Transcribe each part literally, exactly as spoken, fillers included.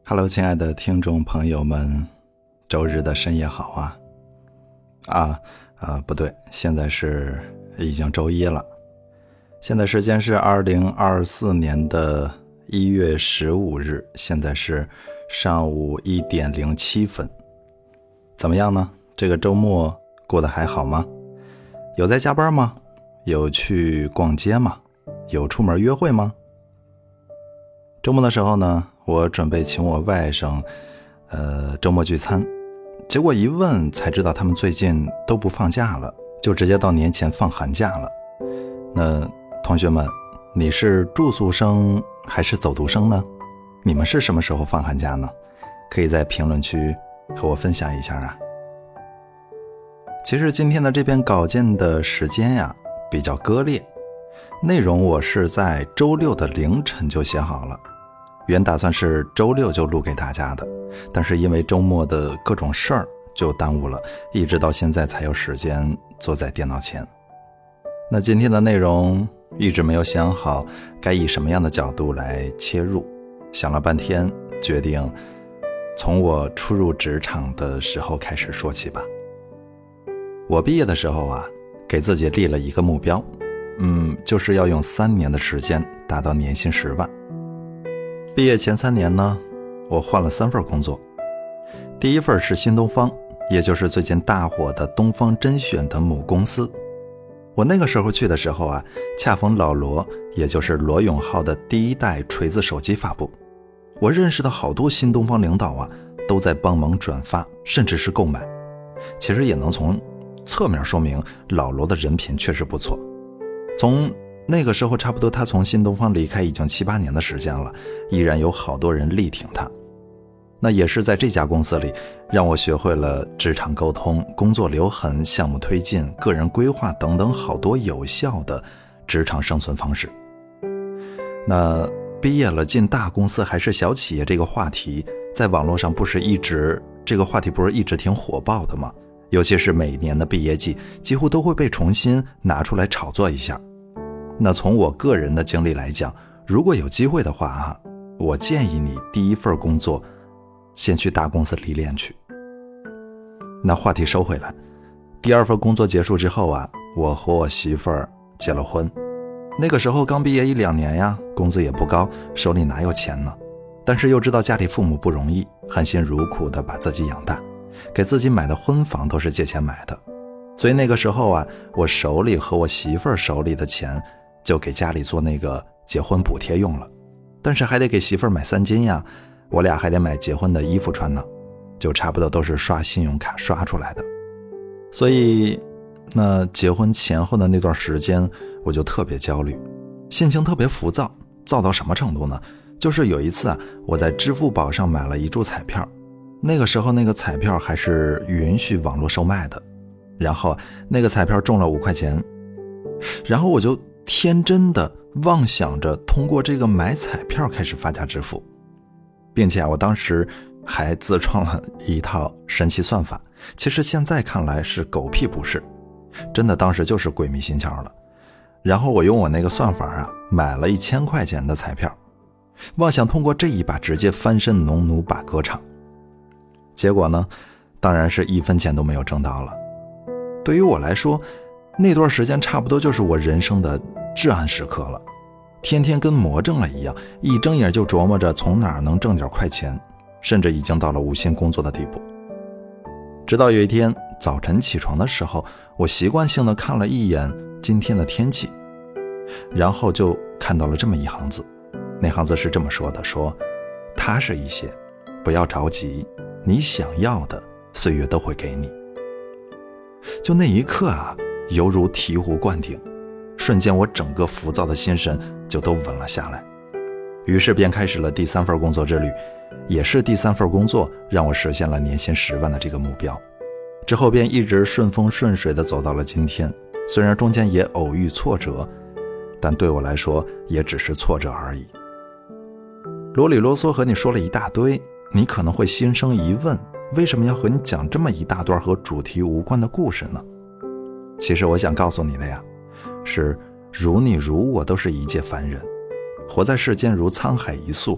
Hello， 亲爱的听众朋友们，周日的深夜好啊！啊啊，不对，现在是已经周一了。现在时间是二零二四年的一月十五日，现在是上午一点零七分。怎么样呢？这个周末过得还好吗？有在加班吗？有去逛街吗？有出门约会吗？周末的时候呢，我准备请我外甥呃，周末聚餐，结果一问才知道他们最近都不放假了，就直接到年前放寒假了。那同学们，你是住宿生还是走读生呢？你们是什么时候放寒假呢？可以在评论区和我分享一下啊。其实今天的这篇稿件的时间呀比较割裂，内容我是在周六的凌晨就写好了，原打算是周六就录给大家的，但是因为周末的各种事儿就耽误了，一直到现在才有时间坐在电脑前。那今天的内容一直没有想好该以什么样的角度来切入，想了半天，决定从我初入职场的时候开始说起吧。我毕业的时候啊，给自己立了一个目标，嗯，就是要用三年的时间达到年薪十万。毕业前三年呢，我换了三份工作。第一份是新东方，也就是最近大火的东方甄选的母公司。我那个时候去的时候啊，恰逢老罗，也就是罗永浩的第一代锤子手机发布。我认识的好多新东方领导啊，都在帮忙转发，甚至是购买。其实也能从侧面说明老罗的人品确实不错。从那个时候差不多他从新东方离开已经七八年的时间了，依然有好多人力挺他。那也是在这家公司里，让我学会了职场沟通、工作留痕、项目推进、个人规划等等好多有效的职场生存方式。那毕业了进大公司还是小企业这个话题，在网络上不是一直这个话题不是一直挺火爆的吗？尤其是每年的毕业季，几乎都会被重新拿出来炒作一下。那从我个人的经历来讲，如果有机会的话啊，我建议你第一份工作先去大公司历练去。那话题收回来，第二份工作结束之后啊，我和我媳妇儿结了婚。那个时候刚毕业一两年呀，工资也不高，手里哪有钱呢？但是又知道家里父母不容易，含辛茹苦的把自己养大，给自己买的婚房都是借钱买的。所以那个时候啊，我手里和我媳妇儿手里的钱就给家里做那个结婚补贴用了，但是还得给媳妇儿买三金呀，我俩还得买结婚的衣服穿呢，就差不多都是刷信用卡刷出来的。所以那结婚前后的那段时间我就特别焦虑，心情特别浮躁，躁到什么程度呢？就是有一次啊，我在支付宝上买了一注彩票，那个时候那个彩票还是允许网络售卖的，然后那个彩票中了五块钱，然后我就天真的妄想着通过这个买彩票开始发家致富，并且啊，我当时还自创了一套神奇算法，其实现在看来是狗屁不是，真的当时就是鬼迷心窍了。然后我用我那个算法啊，买了一千块钱的彩票，妄想通过这一把直接翻身农奴把歌唱。结果呢，当然是一分钱都没有挣到了。对于我来说，那段时间差不多就是我人生的至暗时刻了，天天跟魔怔了一样，一睁眼就琢磨着从哪儿能挣点快钱，甚至已经到了无心工作的地步。直到有一天早晨起床的时候，我习惯性的看了一眼今天的天气，然后就看到了这么一行字，那行字是这么说的，说踏实一些，不要着急，你想要的岁月都会给你。就那一刻啊，犹如醍醐灌顶，瞬间我整个浮躁的心神就都稳了下来。于是便开始了第三份工作之旅，也是第三份工作让我实现了年薪十万的这个目标。之后便一直顺风顺水的走到了今天，虽然中间也偶遇挫折，但对我来说也只是挫折而已。啰里啰嗦和你说了一大堆，你可能会心生疑问，为什么要和你讲这么一大段和主题无关的故事呢？其实我想告诉你的呀，是如你如我都是一介凡人，活在世间如沧海一粟，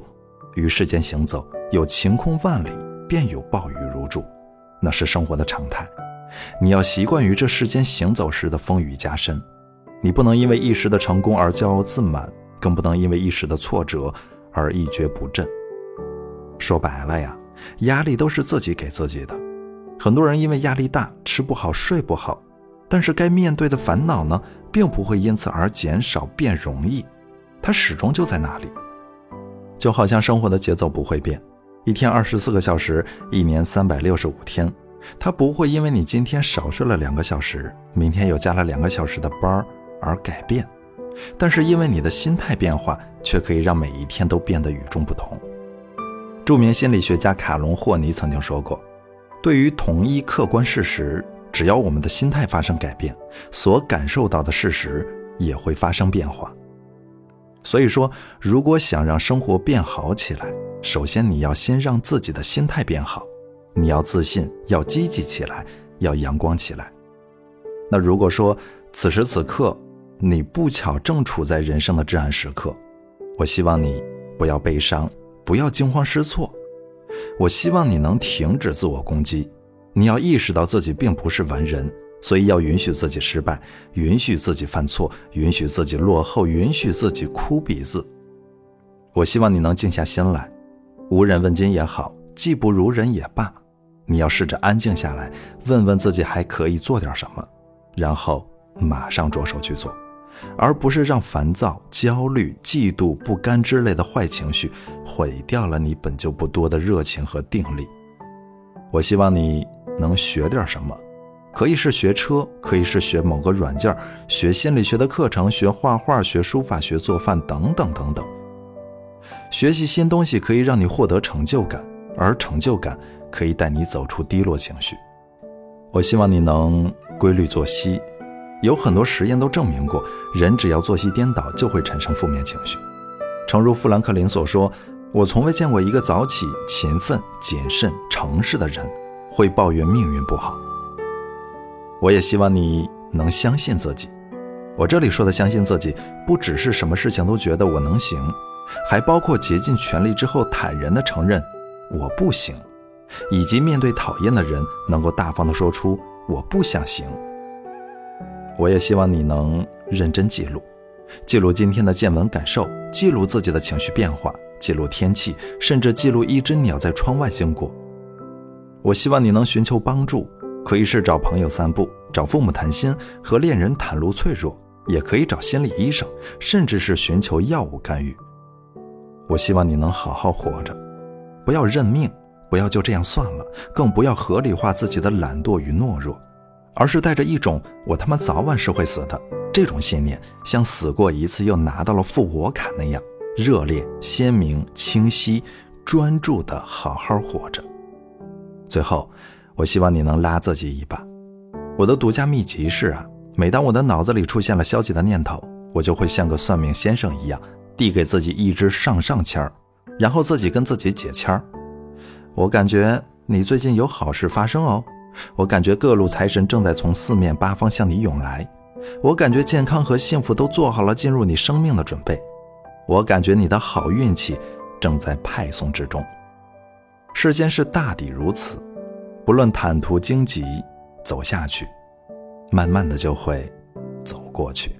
于世间行走，有晴空万里，便有暴雨如注，那是生活的常态。你要习惯于这世间行走时的风雨加身，你不能因为一时的成功而骄傲自满，更不能因为一时的挫折而一蹶不振。说白了呀，压力都是自己给自己的。很多人因为压力大，吃不好睡不好，但是该面对的烦恼呢，并不会因此而减少变容易，它始终就在那里。就好像生活的节奏不会变，一天二十四个小时，一年三百六十五天，它不会因为你今天少睡了两个小时，明天又加了两个小时的班而改变。但是因为你的心态变化，却可以让每一天都变得与众不同。著名心理学家卡隆·霍尼曾经说过，对于同一客观事实，只要我们的心态发生改变，所感受到的事实也会发生变化。所以说，如果想让生活变好起来，首先你要先让自己的心态变好，你要自信，要积极起来，要阳光起来。那如果说此时此刻你不巧正处在人生的至暗时刻，我希望你不要悲伤，不要惊慌失措，我希望你能停止自我攻击，你要意识到自己并不是完人，所以要允许自己失败，允许自己犯错，允许自己落后，允许自己哭鼻子。我希望你能静下心来，无人问津也好，技不如人也罢，你要试着安静下来，问问自己还可以做点什么，然后马上着手去做，而不是让烦躁、焦虑、嫉妒、不甘之类的坏情绪毁掉了你本就不多的热情和定力。我希望你能学点什么，可以是学车，可以是学某个软件，学心理学的课程，学画画，学书法，学做饭，等等等等。学习新东西可以让你获得成就感，而成就感可以带你走出低落情绪。我希望你能规律作息，有很多实验都证明过，人只要作息颠倒，就会产生负面情绪。诚如富兰克林所说，我从未见过一个早起、勤奋、谨慎、诚实的人会抱怨命运不好。我也希望你能相信自己。我这里说的相信自己，不只是什么事情都觉得我能行，还包括竭尽全力之后坦然地承认我不行，以及面对讨厌的人能够大方地说出我不想行。我也希望你能认真记录，记录今天的见闻感受，记录自己的情绪变化，记录天气，甚至记录一只鸟在窗外经过。我希望你能寻求帮助，可以是找朋友散步，找父母谈心，和恋人袒露脆弱，也可以找心理医生，甚至是寻求药物干预。我希望你能好好活着，不要认命，不要就这样算了，更不要合理化自己的懒惰与懦弱，而是带着一种我他妈早晚是会死的这种信念，像死过一次又拿到了复活卡那样热烈、鲜明、清晰、专注地好好活着。最后，我希望你能拉自己一把。我的独家秘籍是啊，每当我的脑子里出现了消极的念头，我就会像个算命先生一样，递给自己一支上上签儿，然后自己跟自己解签儿。我感觉你最近有好事发生哦，我感觉各路财神正在从四面八方向你涌来，我感觉健康和幸福都做好了进入你生命的准备，我感觉你的好运气正在派送之中。世间是大抵如此，不论坦途荆棘，走下去，慢慢的就会走过去。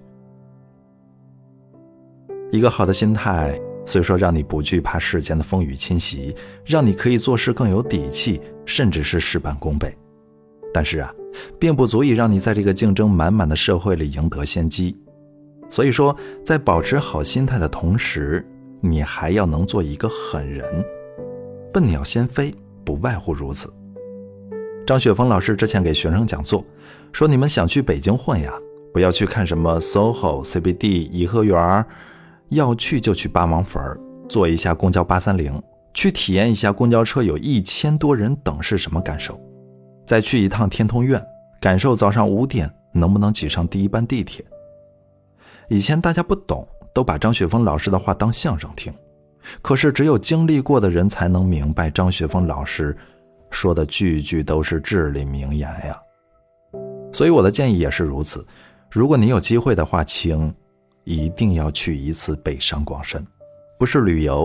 一个好的心态，虽说让你不惧怕世间的风雨侵袭，让你可以做事更有底气，甚至是事半功倍，但是啊，并不足以让你在这个竞争满满的社会里赢得先机。所以说，在保持好心态的同时，你还要能做一个狠人。笨鸟先飞，不外乎如此。张雪峰老师之前给学生讲座说，你们想去北京混呀，不要去看什么 S O H O、C B D、颐和园，要去就去八王坟，坐一下公交八三零，去体验一下公交车有一千多人等是什么感受，再去一趟天通苑，感受早上五点能不能挤上第一班地铁。以前大家不懂，都把张雪峰老师的话当相声听，可是只有经历过的人才能明白张雪峰老师说的句句都是至理名言呀。所以我的建议也是如此，如果你有机会的话，请一定要去一次北上广深，不是旅游，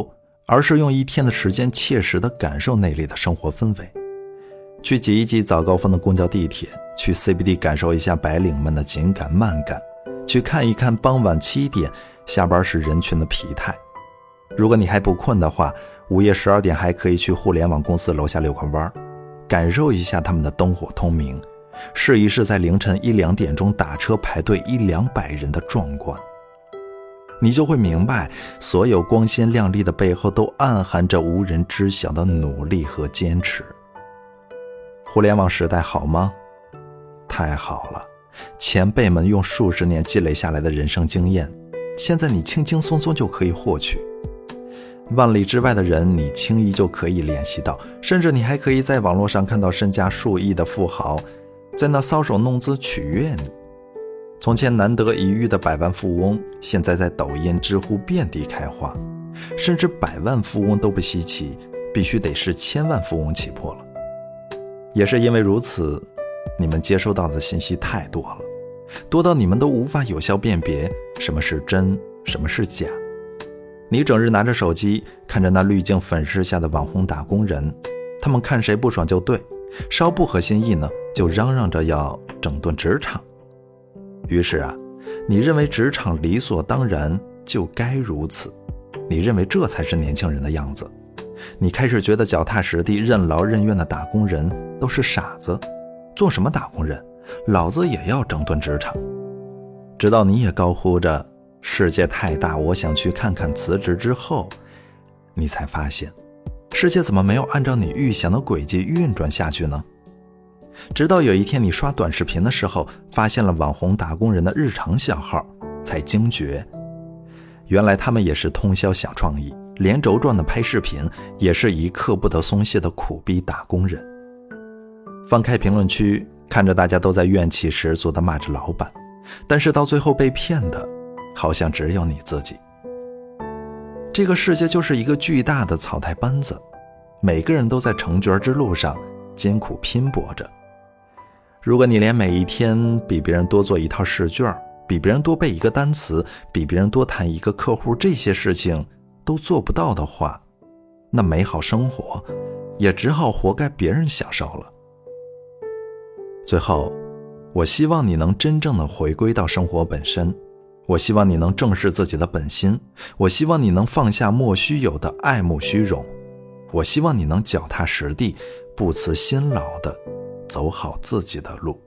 而是用一天的时间切实地感受那里的生活氛围。去挤一挤早高峰的公交地铁，去 C B D 感受一下白领们的紧赶慢赶，去看一看傍晚七点下班时人群的疲态。如果你还不困的话，午夜十二点还可以去互联网公司楼下遛个弯，感受一下他们的灯火通明，试一试在凌晨一两点钟打车排队一两百人的壮观。你就会明白，所有光鲜亮丽的背后都暗含着无人知晓的努力和坚持。互联网时代好吗？太好了，前辈们用数十年积累下来的人生经验，现在你轻轻松松就可以获取。万里之外的人你轻易就可以联系到，甚至你还可以在网络上看到身家数亿的富豪在那搔首弄姿取悦你。从前难得一遇的百万富翁，现在在抖音、知乎遍地开花，甚至百万富翁都不稀奇，必须得是千万富翁起步了。也是因为如此，你们接收到的信息太多了，多到你们都无法有效辨别什么是真，什么是假。你整日拿着手机，看着那滤镜粉饰下的网红打工人，他们看谁不爽就对，稍不合心意呢，就嚷嚷着要整顿职场。于是啊，你认为职场理所当然就该如此，你认为这才是年轻人的样子。你开始觉得脚踏实地、任劳任怨的打工人都是傻子，做什么打工人，老子也要整顿职场。直到你也高呼着世界太大，我想去看看辞职之后，你才发现世界怎么没有按照你预想的轨迹运转下去呢？直到有一天你刷短视频的时候，发现了网红打工人的日常消耗，才惊觉原来他们也是通宵想创意，连轴转的拍视频，也是一刻不得松懈的苦逼打工人。翻开评论区，看着大家都在怨气十足地骂着老板，但是到最后被骗的好像只有你自己。这个世界就是一个巨大的草台班子，每个人都在成角之路上艰苦拼搏着。如果你连每一天比别人多做一套试卷，比别人多背一个单词，比别人多谈一个客户，这些事情都做不到的话，那美好生活也只好活该别人享受了。最后，我希望你能真正的回归到生活本身，我希望你能正视自己的本心，我希望你能放下莫须有的爱慕虚荣，我希望你能脚踏实地，不辞辛劳地走好自己的路。